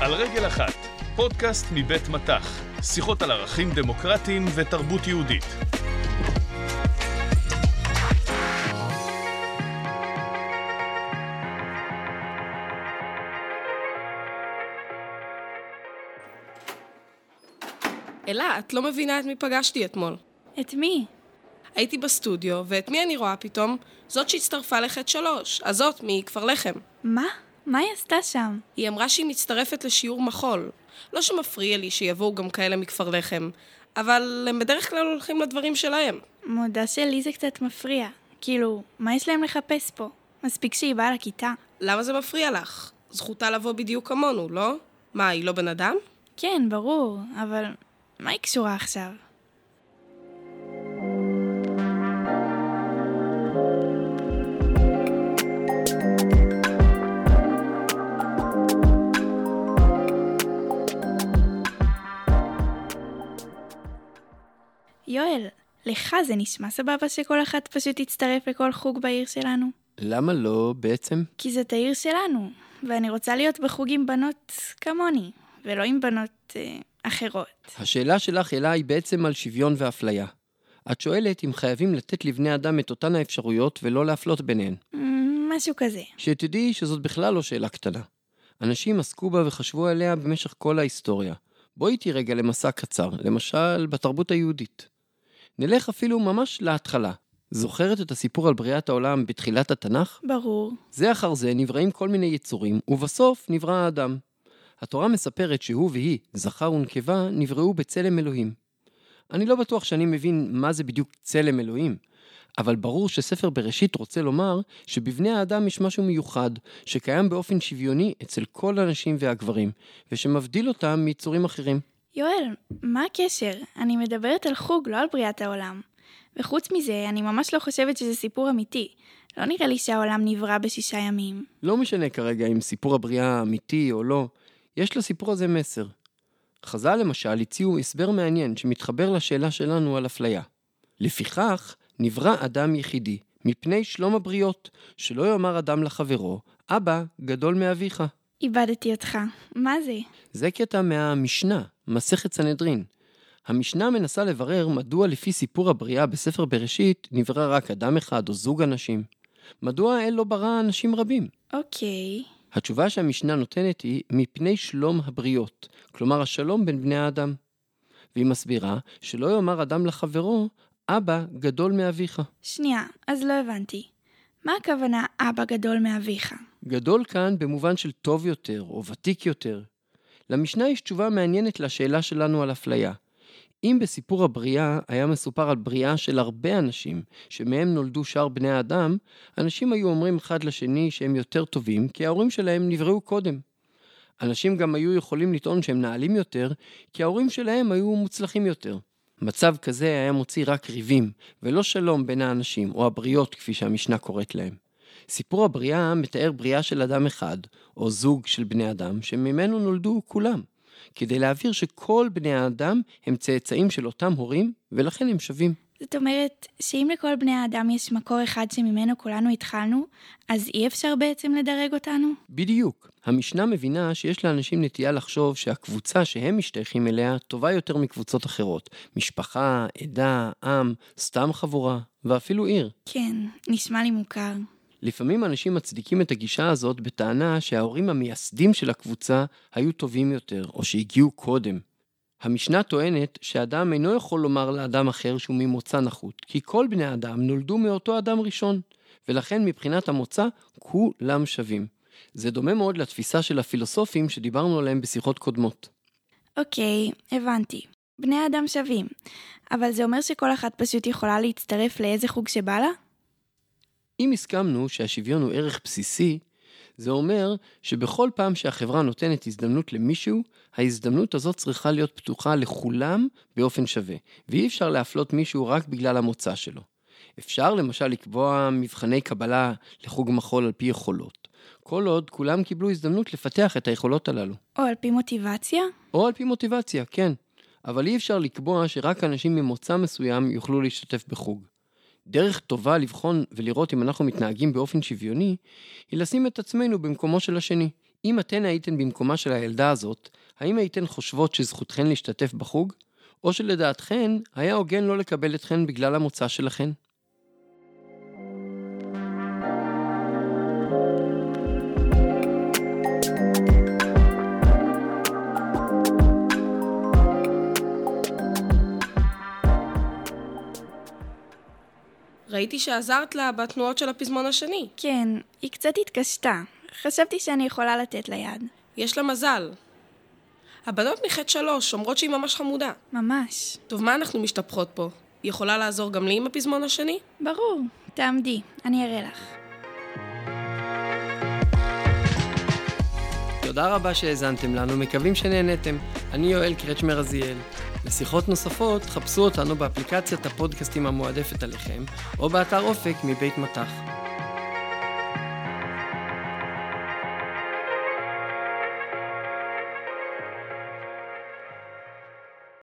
על רגל אחת, פודקאסט מבית מתח, שיחות על ערכים דמוקרטיים ותרבות יהודית. אלה, את לא מבינה את מי פגשתי אתמול. את מי? הייתי בסטודיו, ואת מי אני רואה פתאום? זאת שהצטרפה לחטא 3, הזאת מכפר לחם. מה? מה היא עשתה שם? היא אמרה שהיא מצטרפת לשיעור מחול. לא שמפריע לי שיבואו גם כאלה מכפר לחם, אבל הם בדרך כלל הולכים לדברים שלהם. מודה שלי זה קצת מפריע. כאילו, מה יש להם לחפש פה? מספיק שהיא באה לכיתה. למה זה מפריע לך? זכותה לבוא בדיוק כמונו, לא? מה, היא לא בן אדם? כן, ברור, אבל מה היא קשורה עכשיו? יואל, לך זה נשמע סבבה שכל אחת פשוט תצטרף לכל חוג בעיר שלנו? למה לא בעצם? כי זאת העיר שלנו, ואני רוצה להיות בחוג עם בנות כמוני, ולא עם בנות אחרות. השאלה שלך אלה היא בעצם על שוויון ואפליה. את שואלת אם חייבים לתת לבני אדם את אותן האפשרויות ולא להפלות ביניהן. משהו כזה. שתדעי שזאת בכלל לא שאלה קטנה. אנשים עסקו בה וחשבו עליה במשך כל ההיסטוריה. בואי איתי רגע למסע קצר, למשל בתרבות היהודית. נלך אפילו ממש להתחלה. זוכרת את הסיפור על בריאת העולם בתחילת התנ"ך? ברור. זה אחר זה נבראים כל מיני יצורים, ובסוף נברא האדם. התורה מספרת שהוא והיא, זכר ונקבה, נבראו בצלם אלוהים. אני לא בטוח שאני מבין מה זה בדיוק צלם אלוהים, אבל ברור שספר בראשית רוצה לומר שבבני האדם יש משהו מיוחד, שקיים באופן שוויוני אצל כל הנשים והגברים, ושמבדיל אותם מיצורים אחרים. יואל, מה הקשר? אני מדברת על חוג, לא על בריאת העולם. וחוץ מזה, אני ממש לא חושבת שזה סיפור אמיתי. לא נראה לי שהעולם נברא ב6 ימים. לא משנה כרגע אם סיפור הבריאה אמיתי או לא, יש לסיפור הזה מסר. חז"ל למשל הציעו הסבר מעניין שמתחבר לשאלה שלנו על אפליה. לפיכך נברא אדם יחידי, מפני שלום הבריות, שלא יאמר אדם לחברו, אבא גדול מאביך. איבדתי אותך. מה זה? זה קטע מהמשנה, מסכת סנהדרין. המשנה מנסה לברר מדוע לפי סיפור הבריאה בספר בראשית נברא רק אדם אחד או זוג אנשים. מדוע האל לא ברא אנשים רבים? אוקיי. התשובה שהמשנה נותנת היא מפני שלום הבריות, כלומר השלום בין בני האדם. והיא מסבירה שלא יאמר אדם לחברו, אבא גדול מאביך. שנייה, אז לא הבנתי. מה הכוונה אבא גדול מאביך? גדול כאן במובן של טוב יותר או ותיק יותר. למשנה יש תשובה מעניינת לשאלה שלנו על אפליה. אם בסיפור הבריאה היה מסופר על בריאה של הרבה אנשים, שמהם נולדו שאר בני האדם, אנשים היו אומרים אחד לשני שהם יותר טובים, כי ההורים שלהם נבראו קודם. אנשים גם היו יכולים לטעון שהם נעלים יותר, כי ההורים שלהם היו מוצלחים יותר. מצב כזה היה מוציא רק ריבים, ולא שלום בין האנשים, או הבריות כפי שהמשנה קוראת להם. סיפור הבריאה מתאר בריאה של אדם אחד, או זוג של בני אדם, שממנו נולדו כולם. כדי להעביר שכל בני האדם הם צאצאים של אותם הורים, ולכן הם שווים. זאת אומרת, שאם לכל בני האדם יש מקור אחד שממנו כולנו התחלנו, אז אי אפשר בעצם לדרג אותנו? בדיוק. המשנה מבינה שיש לאנשים נטייה לחשוב שהקבוצה שהם משתייכים אליה טובה יותר מקבוצות אחרות. משפחה, עדה, עם, סתם חבורה, ואפילו עיר. כן, נשמע לי מוכר. לפעמים אנשים מצדיקים את הגישה הזאת בטענה שההורים המייסדים של הקבוצה היו טובים יותר, או שהגיעו קודם. המשנה טוענת שאדם אינו יכול לומר לאדם אחר שהוא ממוצא נחות, כי כל בני האדם נולדו מאותו אדם ראשון, ולכן מבחינת המוצא כולם שווים. זה דומה מאוד לתפיסה של הפילוסופים שדיברנו עליהם בשיחות קודמות. אוקיי, הבנתי. בני האדם שווים, אבל זה אומר שכל אחת פשוט יכולה להצטרף לאיזה חוג שבא לה? אם הסכמנו שהשוויון הוא ערך בסיסי, זה אומר שבכל פעם שהחברה נותנת הזדמנות למישהו, ההזדמנות הזאת צריכה להיות פתוחה לכולם באופן שווה, ואי אפשר להפלות מישהו רק בגלל המוצא שלו. אפשר למשל לקבוע מבחני קבלה לחוג מחול על פי יכולות, כל עוד כולם קיבלו הזדמנות לפתח את היכולות הללו. או על פי מוטיבציה? או על פי מוטיבציה, כן. אבל אי אפשר לקבוע שרק אנשים ממוצא מסוים יוכלו להשתתף בחוג. דרך טובה לבחון ולראות אם אנחנו מתנהגים באופן שוויוני, היא לשים את עצמנו במקומו של השני. אם אתן הייתן במקומה של הילדה הזאת, האם הייתן חושבות שזכותכן להשתתף בחוג? או שלדעתכן היה הוגן לא לקבל אתכן בגלל המוצא שלכן? ראיתי שעזרת לה בתנועות של הפזמון השני. כן, היא קצת התקשתה. חשבתי שאני יכולה לתת לה יד. יש לה מזל. הבנות מחטא 3 אומרות שהיא ממש חמודה. ממש. טוב, מה אנחנו משתפכות פה? היא יכולה לעזור גם לי עם הפזמון השני? ברור, תעמדי, אני אראה לך. תודה רבה שהאזנתם לנו, מקווים שנהנתם. אני יואל קרצ'מר רזיאל. לשיחות נוספות, חפשו אותנו באפליקציית הפודקאסטים המועדפת עליכם, או באתר אופק מבית מטח.